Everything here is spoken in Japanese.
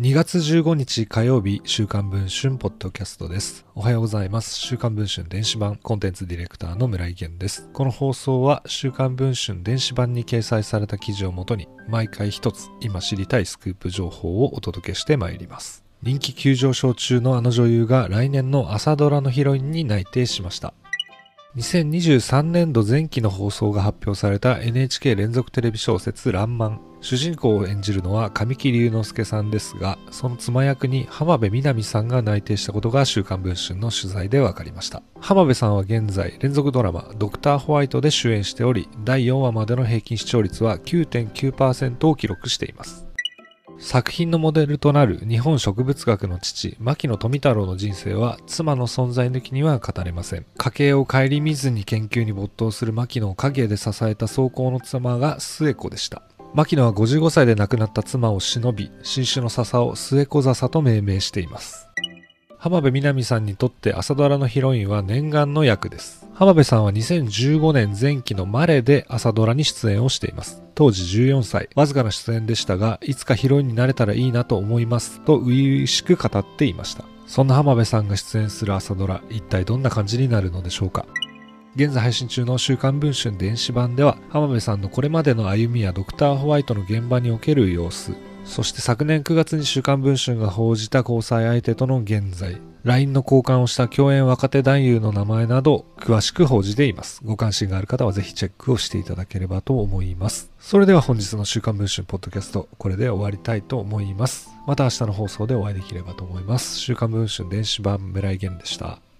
2月15日火曜日、週刊文春ポッドキャストです。おはようございます。週刊文春電子版コンテンツディレクターの村井源です。この放送は週刊文春電子版に掲載された記事をもとに毎回一つ今知りたいスクープ情報をお届けしてまいります。人気急上昇中のあの女優が来年の朝ドラのヒロインに内定しました。2023年度前期の放送が発表された NHK 連続テレビ小説らんまん。主人公を演じるのは神木隆之介さんですが、その妻役に浜辺美波さんが内定したことが週刊文春の取材で分かりました。浜辺さんは現在連続ドラマドクターホワイトで主演しており、第4話までの平均視聴率は 9.9% を記録しています。作品のモデルとなる日本植物学の父、牧野富太郎の人生は妻の存在抜きには語れません。家計を顧みずに研究に没頭する牧野を陰で支えた壮行の妻が末子でした。牧野は55歳で亡くなった妻を偲び、新種の笹を末子笹と命名しています。浜辺美波さんにとって朝ドラのヒロインは念願の役です。浜辺さんは2015年前期のマレで朝ドラに出演をしています。当時14歳、わずかな出演でしたが、いつかヒロインになれたらいいなと思いますと初々しく語っていました。そんな浜辺さんが出演する朝ドラ、一体どんな感じになるのでしょうか。現在配信中の週刊文春電子版では、浜辺さんのこれまでの歩みやドクターホワイトの現場における様子、そして昨年9月に週刊文春が報じた交際相手との現在、LINE の交換をした共演若手男優の名前など詳しく報じています。ご関心がある方はぜひチェックをしていただければと思います。それでは本日の週刊文春ポッドキャスト、これで終わりたいと思います。また明日の放送でお会いできればと思います。週刊文春電子版村井源でした。